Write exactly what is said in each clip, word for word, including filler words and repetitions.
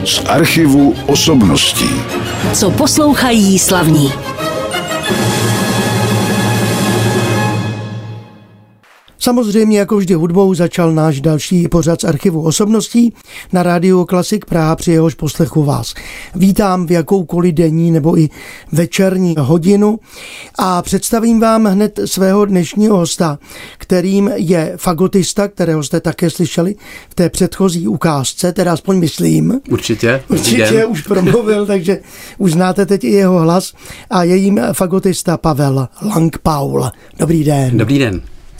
z archivu osobností. Co poslouchají slavní. Samozřejmě jako vždy hudbou začal náš další pořad z archivu osobností na rádiu Klasik Praha, při jehož poslechu vás vítám v jakoukoliv denní nebo i večerní hodinu a představím vám hned svého dnešního hosta, kterým je fagotista, kterého jste také slyšeli v té předchozí ukázce, teda aspoň myslím. Určitě. Určitě už promluvil, takže už znáte teď i jeho hlas a je jím fagotista Pavel Lang-Paul. Dobrý den. Dobrý den.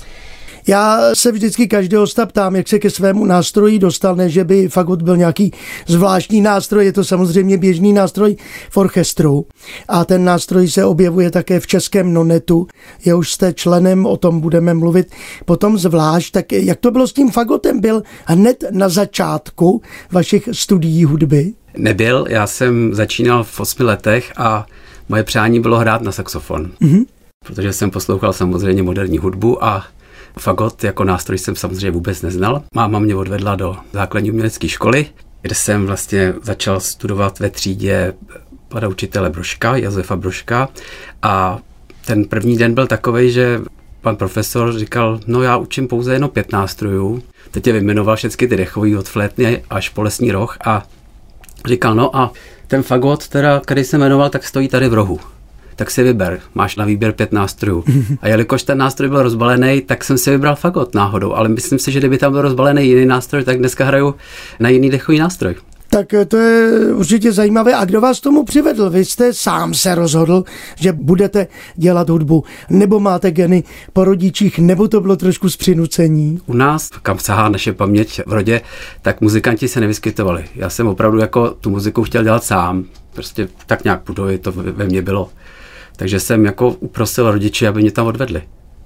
Já se vždycky každého hosta ptám, jak se ke svému nástroji dostal, ne, že by fagot byl nějaký zvláštní nástroj, je to samozřejmě běžný nástroj v orchestru a ten nástroj se objevuje také v českém nonetu, jehož jste členem, o tom budeme mluvit potom zvlášť. Tak jak to bylo s tím fagotem? Byl hned na začátku vašich studií hudby? Nebyl, já jsem začínal v osmi letech a moje přání bylo hrát na saxofon, Mm-hmm. protože jsem poslouchal samozřejmě moderní hudbu a fagot jako nástroj jsem samozřejmě vůbec neznal. Máma mě odvedla do základní umělecké školy, kde jsem vlastně začal studovat ve třídě pana učitele Brožka, Josefa Brožka, a ten první den byl takovej, že pan profesor říkal, no já učím pouze jenom pět nástrojů. Teď je vyjmenoval všechny ty dechový od flétny až po lesní roh a říkal, no a ten fagot, teda, který se jmenoval, tak stojí tady v rohu. Tak si vyber, máš na výběr pět nástrojů. A jelikož ten nástroj byl rozbalený, tak jsem si vybral fagot náhodou, ale myslím si, že kdyby tam byl rozbalený jiný nástroj, tak dneska hraju na jiný dechový nástroj. Tak to je určitě zajímavé. A kdo vás tomu přivedl? Vy jste sám se rozhodl, že budete dělat hudbu, nebo máte geny po rodičích, nebo to bylo trošku z přinucení? U nás, kam sahá naše paměť v rodě, tak muzikanti se nevyskytovali. Já jsem opravdu jako tu muziku chtěl dělat sám. Prostě tak nějak pudově to ve mně bylo. Takže jsem jako uprosil rodiči, aby mě tam odvedli.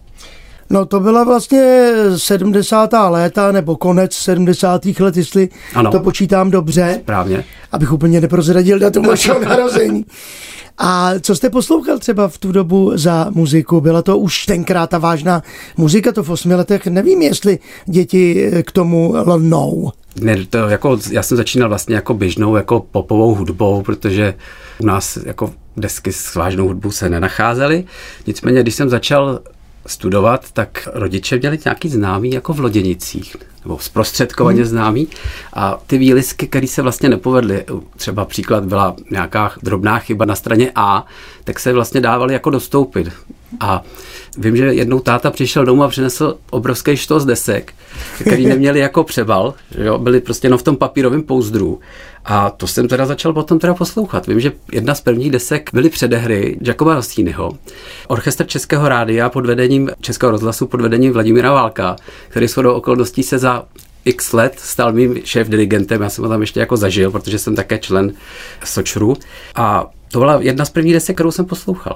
No to byla vlastně sedmdesátá léta, nebo konec sedmdesátých let, jestli ano, to počítám dobře. Správně. Abych úplně neprozradil datum vašeho narození. A co jste poslouchal třeba v tu dobu za muziku? Byla to už tenkrát ta vážná muzika, to v osmi letech? Nevím, jestli děti k tomu lnou. Ne, to jako, já jsem začínal vlastně jako běžnou, jako popovou hudbou, protože u nás jako desky s vážnou hudbou se nenacházely. Nicméně, když jsem začal studovat, tak rodiče měli nějaký známý jako v Loděnicích, nebo zprostředkovaně hmm. známý, a ty výlisky, které se vlastně nepovedly, třeba příklad byla nějaká drobná chyba na straně A, tak se vlastně dávaly jako dostoupit. A vím, že jednou táta přišel domů a přinesl obrovský štos desek, který neměli jako přebal, že jo, byli prostě jenom v tom papírovém pouzdru. A to jsem teda začal potom teda poslouchat. Vím, že jedna z prvních desek byly předehry Jacoba Rossiniho. Orchestr Českého rádia pod vedením Českého rozhlasu pod vedením Vladimíra Válka, který shodou okolností se za x let stal mým šéf-dirigentem. Já jsem ho tam ještě jako zažil, protože jsem také člen Sočru. A to byla jedna z prvních desek, kterou jsem poslouchal.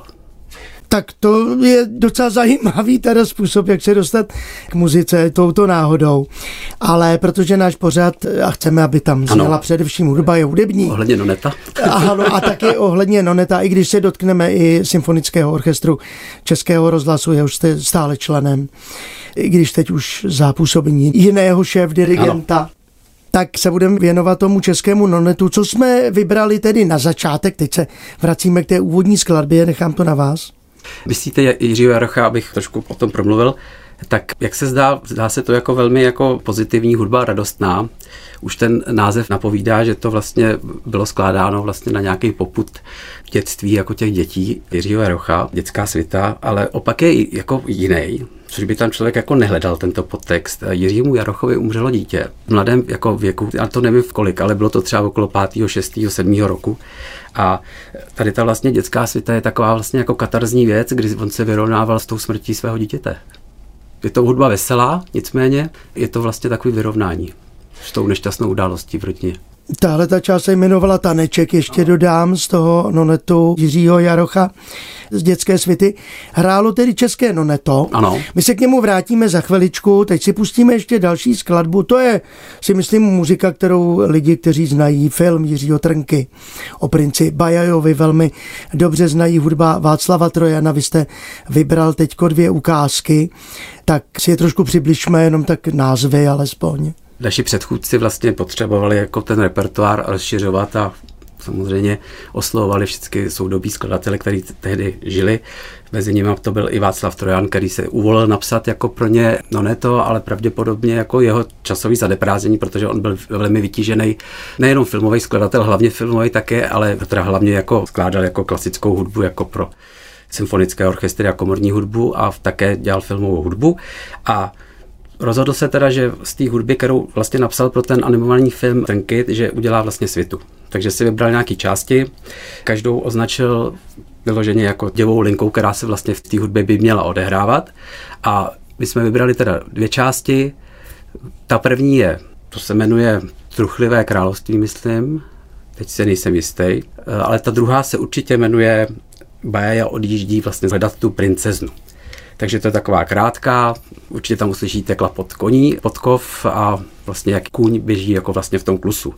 Tak to je docela zajímavý teda způsob, jak se dostat k muzice touto náhodou. Ale protože náš pořad, a chceme, aby tam zněla především hudba, je hudební. Ohledně Noneta. Ano, a taky ohledně Noneta, i když se dotkneme i symfonického orchestru Českého rozhlasu, jehož jste stále členem, i když teď už za působení jiného šéf-dirigenta. Ano. Tak se budeme věnovat tomu českému nonetu. Co jsme vybrali tedy na začátek, teď se vracíme k té úvodní skladbě, nechám to na vás. Myslíte Jiřího Jarocha, abych trošku o tom promluvil, tak jak se zdá, zdá se to jako velmi jako pozitivní hudba, radostná. Už ten název napovídá, že to vlastně bylo skládáno vlastně na nějaký popud dětství jako těch dětí Jiřího Jarocha, dětská svita, ale opak je jako jiný, což by tam člověk jako nehledal tento podtext. Jiřímu Jarochovi umřelo dítě v mladém jako věku, já to nevím v kolik, ale bylo to třeba okolo pátého, šestého, sedmého roku. A tady ta vlastně dětská svita je taková vlastně jako katarzní věc, kdy on se vyrovnával s tou smrtí svého dítěte. Je to hudba veselá, nicméně je to vlastně takový vyrovnání s tou nešťastnou událostí v rodině. Tahle ta část se jmenovala Taneček, ještě dodám, z toho nonetu Jiřího Jarocha z dětské svity. Hrálo tedy české noneto. Ano. My se k němu vrátíme za chviličku, teď si pustíme ještě další skladbu. To je, si myslím, muzika, kterou lidi, kteří znají film Jiřího Trnky o princi Bajajovi, velmi dobře znají. Hudba Václava Trojana. Vy jste vybral teďko dvě ukázky, tak si je trošku přibližme, jenom tak názvy alespoň. naši předchůdci vlastně potřebovali jako ten repertoár rozšiřovat a samozřejmě oslovovali všechny soudobí skladatele, kteří tehdy žili. Mezi nimi to byl i Václav Trojan, který se uvolil napsat jako pro ně, no ne to, ale pravděpodobně jako jeho časový zaneprázdnění, protože on byl velmi vytížený, nejenom filmový skladatel, hlavně filmový také, ale teda hlavně jako skládal jako klasickou hudbu, jako pro symfonické orchestry a komorní hudbu a také dělal filmovou hudbu. A rozhodl se teda, že z té hudby, kterou vlastně napsal pro ten animovaný film Ten Kid, že udělá vlastně svitu. Takže si vybral nějaké části, každou označil vyloženě jako děvou linkou, která se vlastně v té hudbě by měla odehrávat. A my jsme vybrali teda dvě části. Ta první je, to se jmenuje Truchlivé království, myslím, teď se nejsem jistý, ale ta druhá se určitě jmenuje Bajaja odjíždí vlastně hledat tu princeznu. Takže to je taková krátká, určitě tam uslyšíte klapot koní, podkov a vlastně jak kůň běží jako vlastně v tom klusu.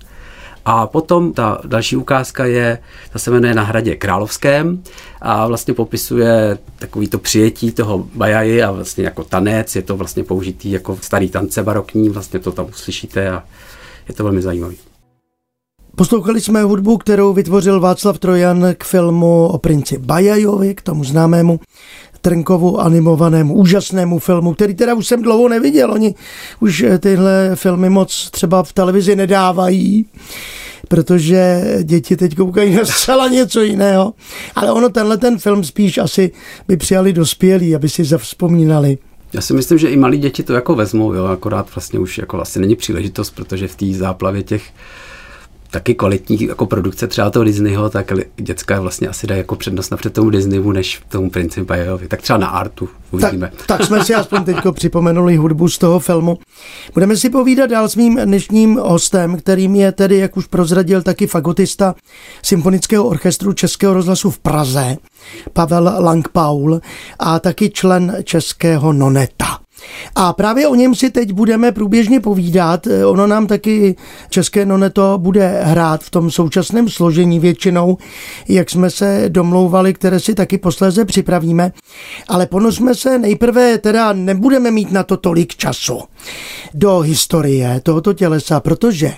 A potom ta další ukázka je, ta se jmenuje Na hradě královském a vlastně popisuje takový to přijetí toho bajaji a vlastně jako tanec, je to vlastně použitý jako starý tance barokní, vlastně to tam uslyšíte a je to velmi zajímavý. Poslouchali jsme hudbu, kterou vytvořil Václav Trojan k filmu o princi Bajajovi, k tomu známému Trnkovu animovanému úžasnému filmu, který teda už jsem dlouho neviděl. Oni už tyhle filmy moc třeba v televizi nedávají, protože děti teď koukají na zcela něco jiného. Ale ono tenhle ten film spíš asi by přijali dospělí, aby si zavzpomínali. Já si myslím, že i malí děti to jako vezmou, jo, akorát vlastně už jako asi není příležitost, protože v té záplavě těch taky kvalitní jako produkce třeba toho Disneyho, tak děcka vlastně asi dají jako přednost napřed tomu Disneymu, než tomu Princi Bajajovi. Tak třeba na Artu uvidíme. Tak, tak jsme si aspoň teďko připomenuli hudbu z toho filmu. Budeme si povídat dál s mým dnešním hostem, kterým je tedy, jak už prozradil, taky fagotista Symfonického orchestru Českého rozhlasu v Praze, Pavel Lang-Paul, a taky člen Českého Noneta. A právě o něm si teď budeme průběžně povídat. Ono nám taky České Noneto bude hrát v tom současném složení většinou, jak jsme se domlouvali, které si taky posléze připravíme. Ale ponořme se nejprve, teda nebudeme mít na to tolik času, do historie tohoto tělesa, protože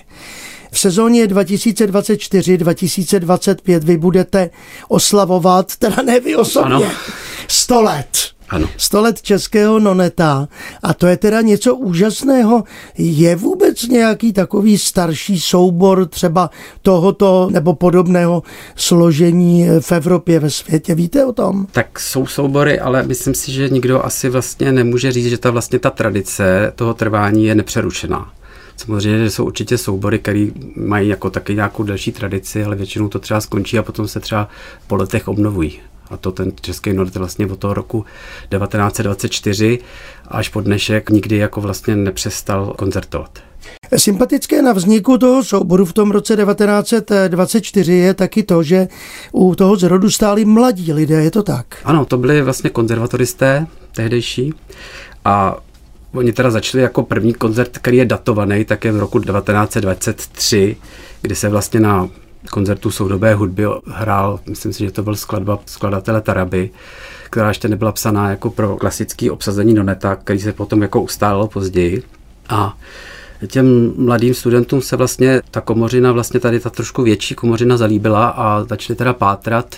v sezóně dva tisíce dvacet čtyři dva tisíce dvacet pět vy budete oslavovat, teda ne vy osobně, ano. sto let. Ano. sto let Českého Noneta. A to je teda něco úžasného. Je vůbec nějaký takový starší soubor třeba tohoto nebo podobného složení v Evropě, ve světě? Víte o tom? Tak jsou soubory, ale myslím si, že nikdo asi vlastně nemůže říct, že ta vlastně ta tradice toho trvání je nepřerušená. Samozřejmě, že jsou určitě soubory, které mají jako taky nějakou delší tradici, ale většinou to třeba skončí a potom se třeba po letech obnovují. A to ten Český Nonet vlastně od toho roku devatenáct set dvacet čtyři až po dnešek nikdy jako vlastně nepřestal koncertovat. Sympatické na vzniku toho souboru v tom roce devatenáct set dvacet čtyři je taky to, že u toho zrodu stáli mladí lidé, je to tak? Ano, to byli vlastně konzervatoristé tehdejší a oni teda začali jako první koncert, který je datovaný, tak je v roku devatenáct set dvacet tři, kdy se vlastně na koncertu soudobé hudby hrál, myslím si, že to byl skladba skladatele Taraby, která ještě nebyla psaná jako pro klasické obsazení Noneta, který se potom jako ustálilo později. A těm mladým studentům se vlastně ta komořina, vlastně tady ta trošku větší komořina zalíbila a začali teda pátrat,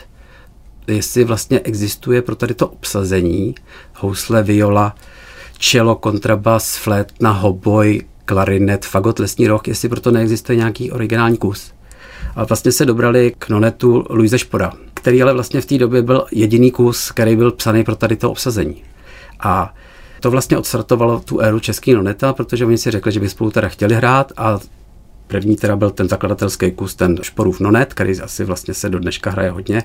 jestli vlastně existuje pro tady to obsazení housle, viola, cello, kontrabas, flétna, hoboj, klarinet, fagot, lesní roh, jestli proto neexistuje nějaký originální kus. A vlastně se dobrali k Nonetu Luise Špoda, který ale vlastně v té době byl jediný kus, který byl psaný pro tady to obsazení. A to vlastně odstartovalo tu éru Český Noneta, protože oni si řekli, že by spolu teda chtěli hrát a první teda byl ten zakladatelský kus, ten Šporův Nonet, který asi vlastně se do dneška hraje hodně,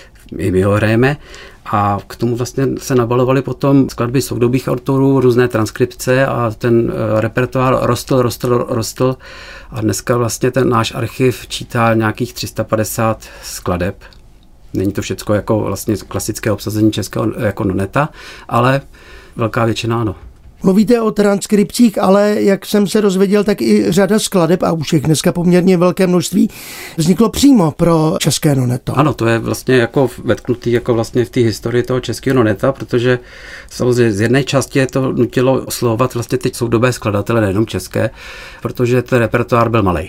i my ho hrajeme. A k tomu vlastně se nabalovaly potom skladby soudobých autorů, různé transkripce a ten repertoár rostl, rostl, rostl. A dneska vlastně ten náš archiv čítá nějakých tři sta padesát skladeb. Není to všecko jako vlastně klasické obsazení Českého jako Noneta, ale velká většina ano. Mluvíte o transkripcích, ale jak jsem se dozvěděl, tak i řada skladeb, a už jich dneska poměrně velké množství, vzniklo přímo pro české Noneto. Ano, to je vlastně jako vetknutý jako vlastně v té historii toho českého Noneta, protože samozřejmě z jedné části je to nutilo oslovovat vlastně teď soudobé skladatele, nejenom české, protože ten repertoár byl malej.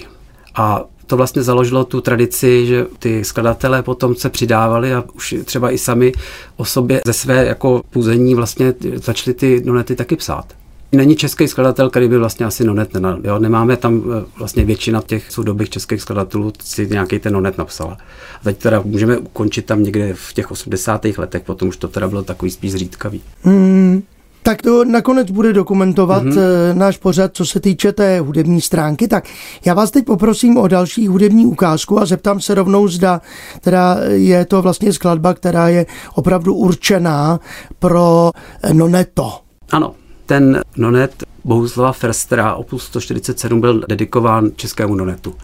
A to vlastně založilo tu tradici, že ty skladatelé potom se přidávali a už třeba i sami o sobě ze své jako půzení vlastně začali ty nonety taky psát. Není český skladatel, který by vlastně asi nonet nenal, jo? Nemáme tam vlastně většina těch soudobých českých skladatelů si nějaký ten nonet napsala. A teď teda můžeme ukončit tam někde v těch osmdesátých letech, potom už to teda bylo takový spíš zřídkavý. Hmm. Tak to nakonec bude dokumentovat mm-hmm. náš pořad, co se týče té hudební stránky. Tak já vás teď poprosím o další hudební ukázku a zeptám se rovnou, zda teda je to vlastně skladba, která je opravdu určená pro Noneto. Ano, ten Nonet Bohuslava Förstera opus sto čtyřicet sedm byl dedikován českému Nonetu.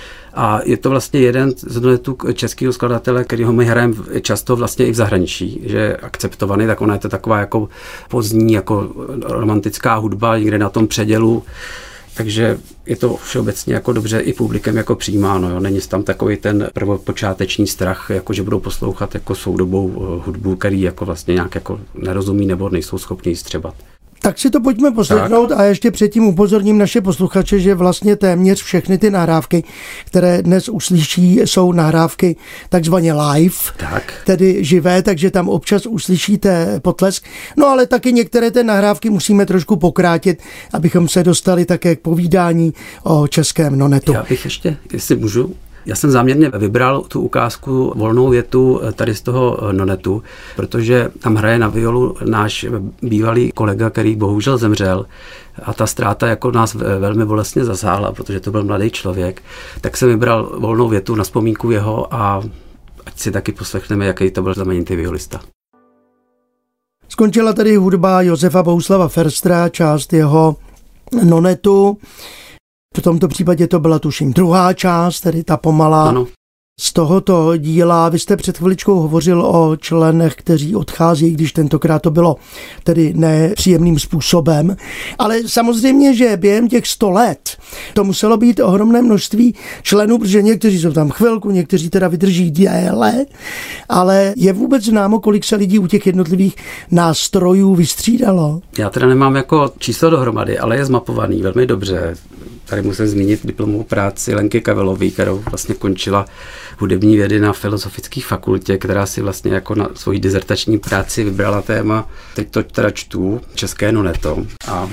A je to vlastně jeden z nonetů českého skladatele, kterýho my hrajeme často vlastně i v zahraničí, že je akceptovaný, tak ona je to taková jako pozdní, jako romantická hudba, někde na tom předělu, takže je to všeobecně jako dobře i publikem jako přijímáno, jo. Není tam takový ten prvopočáteční strach, jako že budou poslouchat jako soudobou hudbu, který jako vlastně nějak jako nerozumí nebo nejsou schopni ji střebat. Tak si to pojďme poslechnout a ještě předtím upozorním naše posluchače, že vlastně téměř všechny ty nahrávky, které dnes uslyší, jsou nahrávky takzvaně live, tak. Tedy živé, takže tam občas uslyšíte potlesk. No ale taky některé ty nahrávky musíme trošku pokrátit, abychom se dostali také k povídání o českém Nonetu. Já bych ještě, jestli můžu, já jsem záměrně vybral tu ukázku volnou větu tady z toho Nonetu, protože tam hraje na violu náš bývalý kolega, který bohužel zemřel a ta ztráta jako nás velmi bolestně zasáhla, protože to byl mladý člověk, tak jsem vybral volnou větu na vzpomínku jeho a ať si taky poslechneme, jaký to byl znamenitý violista. Skončila tady hudba Josefa Bohuslava Förstera, část jeho Nonetu. V tomto případě to byla, tuším, druhá část, tedy ta pomalá. Ano. Z tohoto díla. Vy jste před chviličkou hovořil o členech, kteří odchází, když tentokrát to bylo tedy nepříjemným způsobem. Ale samozřejmě, že během těch sto let to muselo být ohromné množství členů, protože někteří jsou tam chvilku, někteří teda vydrží déle, ale je vůbec známo, kolik se lidí u těch jednotlivých nástrojů vystřídalo? Já teda nemám jako číslo dohromady, ale je zmapovaný velmi dobře. Tady musím zmínit diplomovou práci Lenky Kavelové, kterou vlastně končila hudební vědy na Filozofické fakultě, která si vlastně jako na svoji dizertační práci vybrala téma, teď to teda čtu, české Noneto. A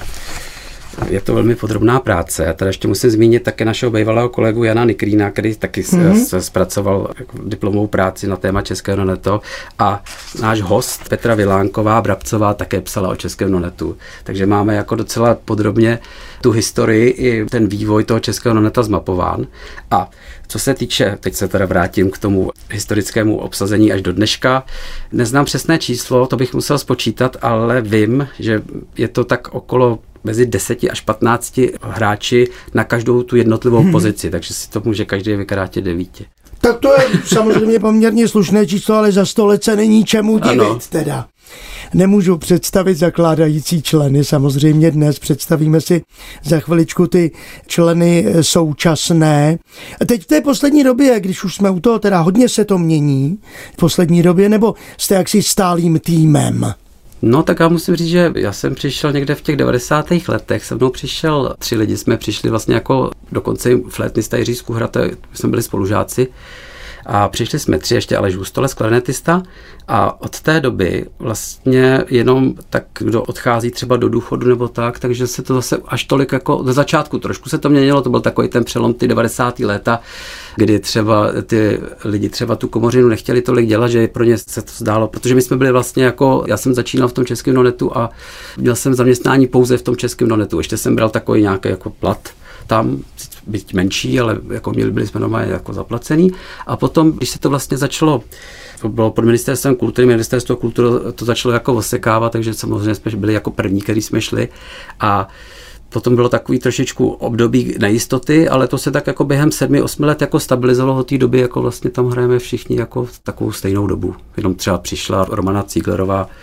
je to velmi podrobná práce. Já tady ještě musím zmínit také našeho bývalého kolegu Jana Nikrýna, který taky mm-hmm. zpracoval jako diplomovou práci na téma českého Noneto. A náš host Petra Vilánková Brabcová také psala o českém Nonetu. Takže máme jako docela podrobně tu historii i ten vývoj toho českého Noneta zmapován. A co se týče, teď se teda vrátím k tomu historickému obsazení až do dneška, neznám přesné číslo, to bych musel spočítat, ale vím, že je to tak okolo mezi deseti až patnácti hráči na každou tu jednotlivou hmm. pozici, takže si to může každý vykrátit devíti. Tak to je samozřejmě poměrně slušné číslo, ale za sto let se není čemu divit ano. teda. Nemůžu představit zakládající členy, samozřejmě dnes představíme si za chviličku ty členy současné. Teď v té poslední době, když už jsme u toho, teda hodně se to mění v poslední době, nebo jste jaksi stálým týmem? No tak já musím říct, že já jsem přišel někde v těch devadesátých letech, se mnou přišel tři lidi, jsme přišli vlastně jako dokonce flétnista Jiří Skuhra, jsme byli spolužáci a přišli jsme tři, ještě Aleš Hustolec, klarinetista a od té doby vlastně jenom tak, kdo odchází třeba do důchodu nebo tak, takže se to zase až tolik jako ze začátku trošku se to měnilo, to byl takový ten přelom ty devadesátá léta, kdy třeba ty lidi třeba tu komořinu nechtěli tolik dělat, že pro ně se to zdálo, protože my jsme byli vlastně jako, já jsem začínal v tom českém Nonetu a měl jsem zaměstnání pouze v tom českém Nonetu, ještě jsem bral takový nějaký jako plat tam, být menší, ale jako měli byli jsme normálně jako zaplacený. A potom, když se to vlastně začalo, to bylo pod ministerstvem kultury, ministerstvo kultury to začalo jako osekávat, takže samozřejmě jsme byli jako první, který jsme šli a potom bylo takový trošičku období nejistoty, ale to se tak jako během sedmi, osmi let jako stabilizovalo od té doby, jako vlastně tam hrajeme všichni jako v takovou stejnou dobu. Jenom třeba přišla Romana Cíglerová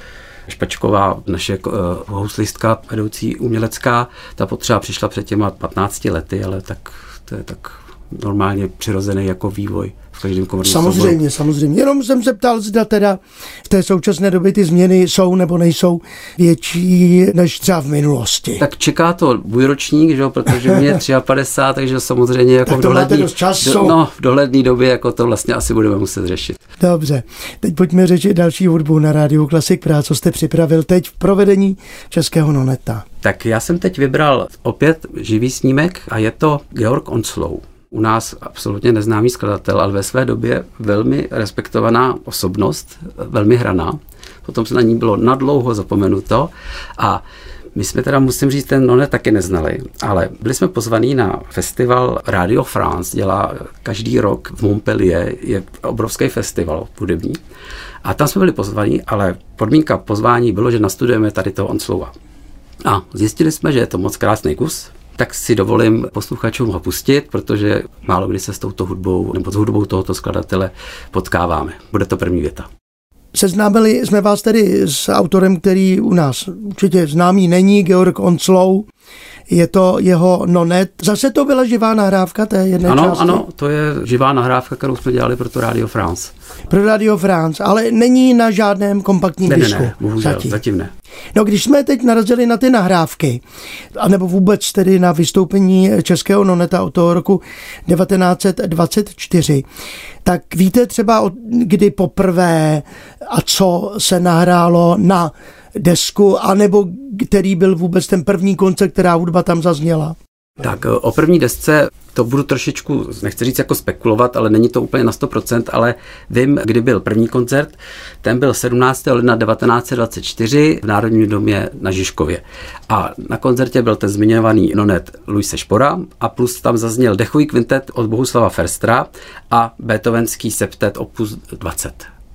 Špačková, naše uh, houslistka vedoucí umělecká, ta potřeba přišla před těma patnácti lety, ale tak to je tak normálně přirozený jako vývoj v každém komorním Samozřejmě, souboru. samozřejmě. Jenom jsem se ptal, zda teda v té současné době ty změny jsou nebo nejsou větší než třeba v minulosti. Tak čeká to můj ročník, že jo, protože mě je padesát tři, takže samozřejmě jako tak v to máte dohledný, dost času. do, no, v dohledný době jako to vlastně asi budeme muset řešit. Dobře, teď pojďme řešit další hudbu na Rádiu Klasik. Právě co jste připravil teď v provedení českého noneta. Tak já jsem teď vybral opět živý snímek a je to Georg Onslow. U nás absolutně neznámý skladatel, ale ve své době velmi respektovaná osobnost, velmi hraná. Potom se na ní bylo nadlouho zapomenuto a my jsme teda, musím říct, ten nonet taky neznali, ale byli jsme pozvaní na festival Radio France, dělá každý rok v Montpellier, je obrovský festival hudební. A tam jsme byli pozvaní, ale podmínka pozvání bylo, že nastudujeme tady toho Onslowa. A zjistili jsme, že je to moc krásný kus, tak si dovolím posluchačům ho pustit, protože málo kdy se s touto hudbou nebo s hudbou tohoto skladatele potkáváme. Bude to první věta. Seznámili jsme vás tedy s autorem, který u nás určitě známý není, Georg Onslow. Je to jeho nonet. Zase to byla živá nahrávka té jedné ano, části? Ano, to je živá nahrávka, kterou jsme dělali pro to Radio France. Pro Radio France, ale není na žádném kompaktním ne, disku. Ne, ne, bohužel, zatím. zatím ne. No, když jsme teď narazili na ty nahrávky, anebo vůbec tedy na vystoupení českého noneta od toho roku devatenáct set dvacet čtyři, tak víte třeba, kdy poprvé a co se nahrálo na desku, anebo který byl vůbec ten první koncert, která hudba tam zazněla? Tak o první desce to budu trošičku, nechci říct jako spekulovat, ale není to úplně na sto procent, ale vím, kdy byl první koncert. Ten byl sedmnáctého ledna devatenáct set dvacet čtyři v Národním domě na Žižkově. A na koncertě byl ten zmiňovaný nonet Luise Špora a plus tam zazněl dechový kvintet od Bohuslava Ferstra a beethovenský septet opus dvacet.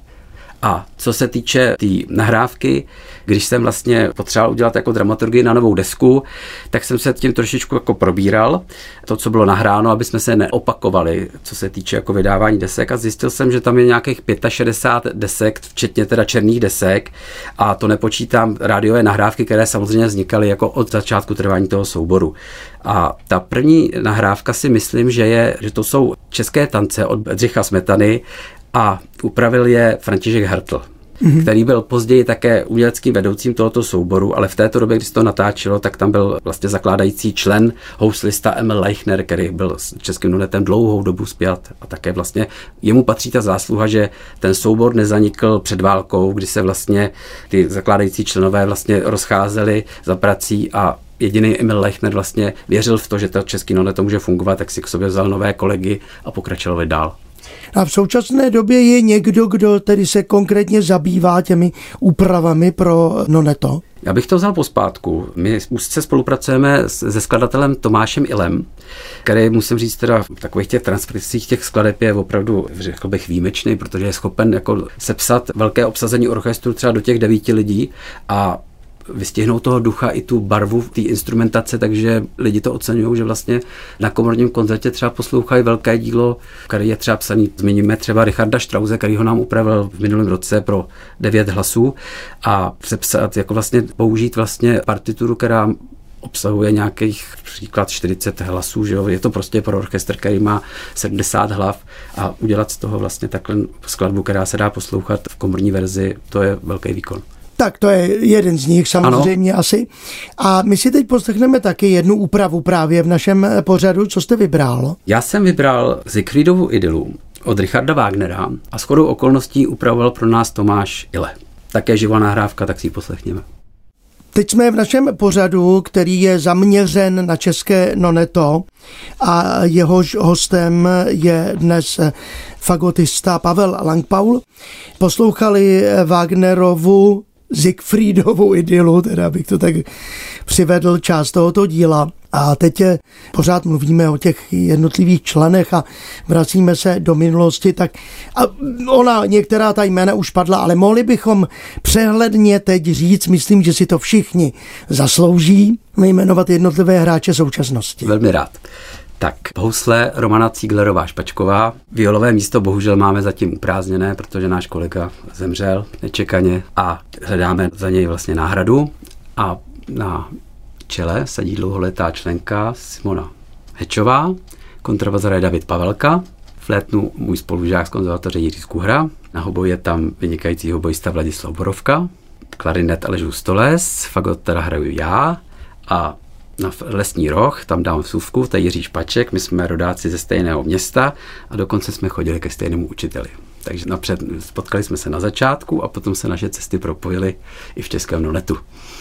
A co se týče té tý nahrávky, když jsem vlastně potřeboval udělat jako dramaturgii na novou desku, tak jsem se tím trošičku jako probíral, to, co bylo nahráno, aby jsme se neopakovali, co se týče jako vydávání desek, a zjistil jsem, že tam je nějakých šedesát pět desek, včetně teda černých desek, a to nepočítám rádiové nahrávky, které samozřejmě vznikaly jako od začátku trvání toho souboru. A ta první nahrávka si myslím, že je, že to jsou české tance od Bedřicha Smetany, a upravil je František Hertl, mm-hmm. který byl později také uměleckým vedoucím tohoto souboru, ale v této době, když se to natáčelo, tak tam byl vlastně zakládající člen, houslista Emil Leichner, který byl s českým nonetem dlouhou dobu spjat, a také vlastně jemu patří ta zásluha, že ten soubor nezanikl před válkou, kdy se vlastně ty zakládající členové vlastně rozcházeli za prací a jediný Emil Leichner vlastně věřil v to, že ta český nonet to může fungovat, tak si k sobě vzal nové kolegy a pokračoval dál. A v současné době je někdo, kdo tedy se konkrétně zabývá těmi úpravami pro noneto? Já bych to vzal pospátku. My úzce spolupracujeme se skladatelem Tomášem Ilem, který, musím říct, teda v takových těch transkripcích těch skladeb je opravdu, řekl bych, výjimečný, protože je schopen jako sepsat velké obsazení orchestru třeba do těch devíti lidí a vystihnou toho ducha i tu barvu té instrumentace, takže lidi to oceňují, že vlastně na komorním koncertě třeba poslouchají velké dílo, který je třeba psaný, zmiňujeme třeba Richarda Strause, který ho nám upravil v minulém roce pro devět hlasů, a přepsat, jako vlastně použít vlastně partituru, která obsahuje nějakých příklad čtyřicet hlasů, že jo? Je to prostě pro orchestr, který má sedmdesát hlav, a udělat z toho vlastně takhle skladbu, která se dá poslouchat v komorní verzi, to je velký výkon. Tak to je jeden z nich samozřejmě, ano. Asi. A my si teď poslechneme taky jednu úpravu právě v našem pořadu. Co jste vybral? Já jsem vybral Siegfriedovu idylu od Richarda Wagnera a shodou okolností upravoval pro nás Tomáš Ile. Také živá nahrávka, tak si ji poslechněme. Teď jsme v našem pořadu, který je zaměřen na české noneto, a jehož hostem je dnes fagotista Pavel Langpaul. Poslouchali Wagnerovu Siegfriedovu idylu, teda bych to tak přivedl, část tohoto díla. A teď pořád mluvíme o těch jednotlivých členech a vracíme se do minulosti, tak a ona, některá ta jména už padla, ale mohli bychom přehledně teď říct, myslím, že si to všichni zaslouží, jmenovat jednotlivé hráče současnosti. Velmi rád. Tak housle Romana Cíglerová Špačková. Violové místo bohužel máme zatím uprázdněné, protože náš kolega zemřel nečekaně a hledáme za něj vlastně náhradu. A na čele sedí dlouholetá členka Simona Hečová, kontrabasové David Pavelka, flétnu můj spolužák z konzervatoře Jiří Skuhra, na hoboji je tam vynikající hobojista Vladislav Borovka, klarinet Aleš Hustoles, fagot teda hraju já a na lesní roh, tam dám vsuvku, to je Jiří Špaček, my jsme rodáci ze stejného města a dokonce jsme chodili ke stejnému učiteli. Takže napřed spotkali jsme se na začátku a potom se naše cesty propojily i v českém nonetu.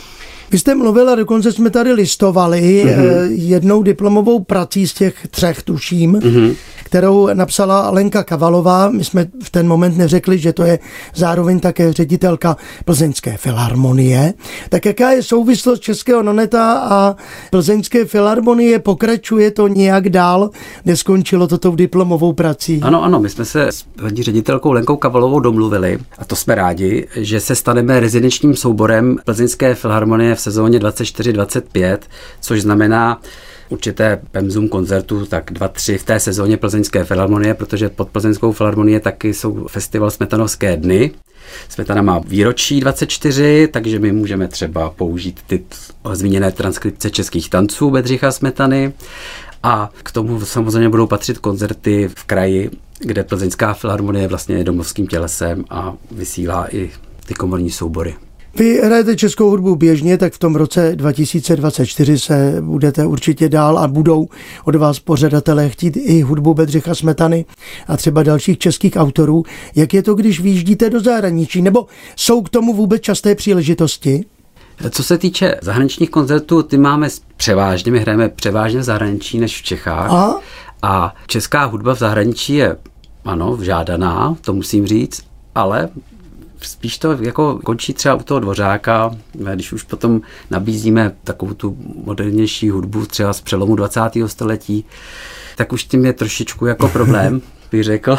Vy jste mluvil a dokonce jsme tady listovali mm-hmm. jednou diplomovou prací z těch třech, tuším, mm-hmm. kterou napsala Lenka Kavalová. My jsme v ten moment neřekli, že to je zároveň také ředitelka Plzeňské filharmonie. Tak jaká je souvislost českého noneta a Plzeňské filharmonie? Pokračuje to nějak dál? Neskončilo to tou diplomovou prací? Ano, ano, my jsme se s paní ředitelkou Lenkou Kavalovou domluvili, a to jsme rádi, že se staneme rezidenčním souborem Plzeňské filharmonie v sezóně dvacet čtyři dvacet pět, což znamená určité pemzum koncertů, tak dva, tři v té sezóně Plzeňské filharmonie, protože pod Plzeňskou filharmonie taky jsou festival Smetanovské dny. Smetana má výročí dvacet čtyři, takže my můžeme třeba použít ty zmíněné transkripce českých tanců Bedřicha Smetany a k tomu samozřejmě budou patřit koncerty v kraji, kde Plzeňská filharmonie vlastně je domovským tělesem a vysílá i ty komorní soubory. Vy hrajete českou hudbu běžně, tak v tom roce dva tisíce dvacet čtyři se budete určitě dál a budou od vás pořadatelé chtít i hudbu Bedřicha Smetany a třeba dalších českých autorů. Jak je to, když vyjíždíte do zahraničí? Nebo jsou k tomu vůbec časté příležitosti? Co se týče zahraničních koncertů, ty máme převážně, my hrajeme převážně v zahraničí než v Čechách. A, a česká hudba v zahraničí je, ano, žádaná, to musím říct, ale spíš to jako končí třeba u toho Dvořáka, když už potom nabízíme takovou tu modernější hudbu třeba z přelomu dvacátého století, tak už tím je trošičku jako problém, bych řekl,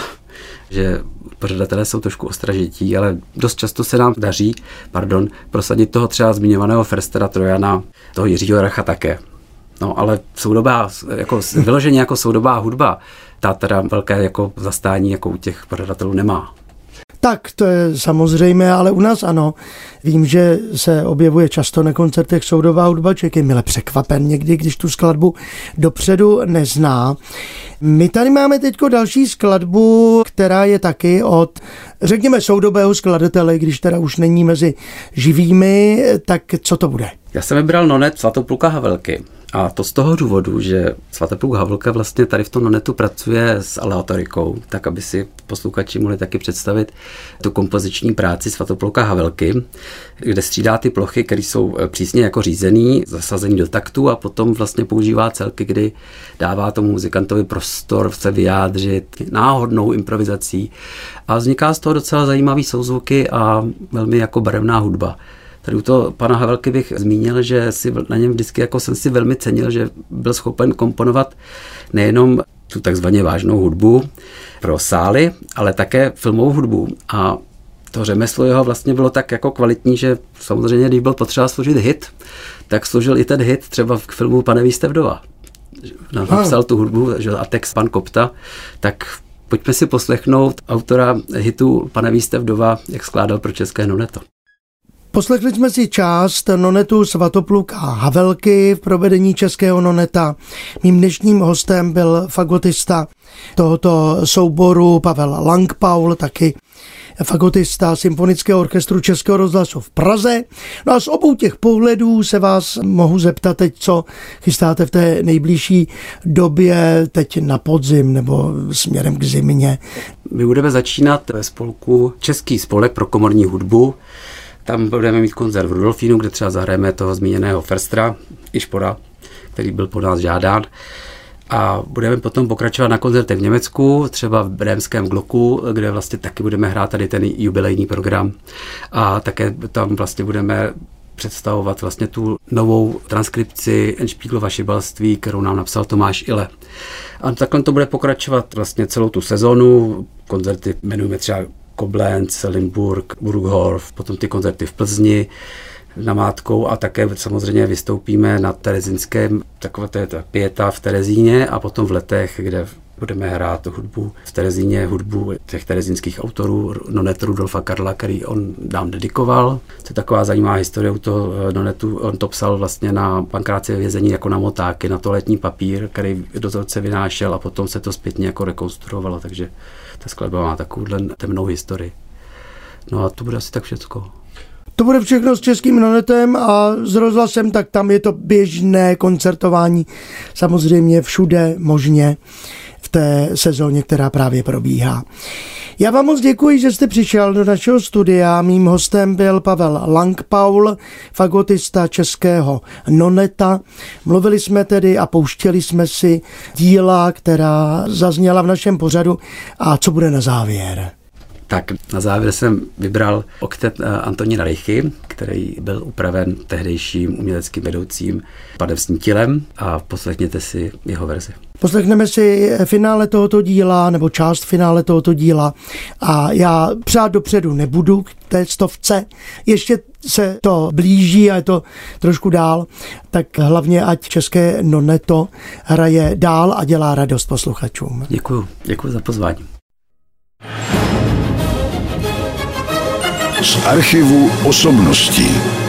že pořadatelé jsou trošku ostražití, ale dost často se nám daří, pardon, prosadit toho třeba zmiňovaného Förstera Trojana, toho Jiřího Racha také. No, ale soudobá, jako vyloženě jako soudobá hudba, ta teda velké jako zastání jako u těch pořadatelů nemá. Tak, to je samozřejmé, ale u nás ano. Vím, že se objevuje často na koncertech soudobá hudba, člověk je mile překvapen někdy, když tu skladbu dopředu nezná. My tady máme teďko další skladbu, která je taky od, řekněme, soudobého skladatele, když teda už není mezi živými, tak co to bude? Já jsem vybral nonet Svatopluka Havelky. A to z toho důvodu, že Svatopluk Havelka vlastně tady v tom nonetu pracuje s aleatorikou, tak aby si posluchači mohli taky představit tu kompoziční práci Svatopluka Havelky, kde střídá ty plochy, které jsou přísně jako řízený, zasazený do taktu a potom vlastně používá celky, kdy dává tomu muzikantovi prostor se vyjádřit náhodnou improvizací a vzniká z toho docela zajímavý souzvuky a velmi jako barevná hudba. Tady u toho pana Havelky bych zmínil, že si na něm vždycky jako jsem si velmi cenil, že byl schopen komponovat nejenom tu takzvaně vážnou hudbu pro sály, ale také filmovou hudbu. A to řemeslo jeho vlastně bylo tak jako kvalitní, že samozřejmě, když byl potřeba složit hit, tak složil i ten hit třeba v filmu Pane víste vdova. Napsal tu hudbu a text pan Kopta, tak pojďme si poslechnout autora hitu Pane víste vdova, jak skládal pro české noneto. Poslechli jsme si část nonetu Svatopluka Havelky v provedení českého noneta. Mým dnešním hostem byl fagotista tohoto souboru Pavel Lang-Paul, taky fagotista Symfonického orchestru Českého rozhlasu v Praze. No a z obou těch pohledů se vás mohu zeptat teď, co chystáte v té nejbližší době, teď na podzim nebo směrem k zimě. My budeme začínat ve spolku Český spolek pro komorní hudbu. Tam budeme mít koncert v Rudolfínu, kde třeba zahrajeme toho zmíněného Förstera Išpora, který byl po nás žádán. A budeme potom pokračovat na koncertech v Německu, třeba v Brémském Glocku, kde vlastně taky budeme hrát tady ten jubilejní program. A také tam vlastně budeme představovat vlastně tu novou transkripci Endspieglova šibalství, kterou nám napsal Tomáš Ile. A takhle to bude pokračovat vlastně celou tu sezonu. Koncerty jmenujeme třeba Koblenz, Limburg, Burgdorf, potom ty koncerty v Plzni, namátkou a také samozřejmě vystoupíme na terezínském, takové to je ta Pieta v Terezíně a potom v Letech, kde budeme hrát hudbu v Terezíně, hudbu těch terezínských autorů, Nonet Rudolfa Karla, který on nám dedikoval. To je taková zajímavá historie u toho Nonetu. On to psal vlastně na Pankráci ve vězení jako na motáky, na toaletní papír, který dozorce vynášel a potom se to zpětně jako rekonstruovalo, takže ta skladba má takovouhle temnou historii. No a to bude asi tak všecko. To bude všechno s Českým Nonetem a s rozhlasem, tak tam je to běžné koncertování samozřejmě všude možně v té sezóně, která právě probíhá. Já vám moc děkuji, že jste přišel do našeho studia. Mým hostem byl Pavel Lang-Paul, fagotista Českého Noneta. Mluvili jsme tedy a pouštěli jsme si díla, která zazněla v našem pořadu. A co bude na závěr? Tak na závěr jsem vybral oktet Antonína Reichy, který byl upraven tehdejším uměleckým vedoucím panem Snítilem a poslechněte si jeho verzi. Poslechneme si finále tohoto díla nebo část finále tohoto díla a já přát dopředu nebudu k té stovce. Ještě se to blíží a je to trošku dál, tak hlavně ať České Noneto hraje dál a dělá radost posluchačům. Děkuju, děkuju za pozvání. Z archivu osobností.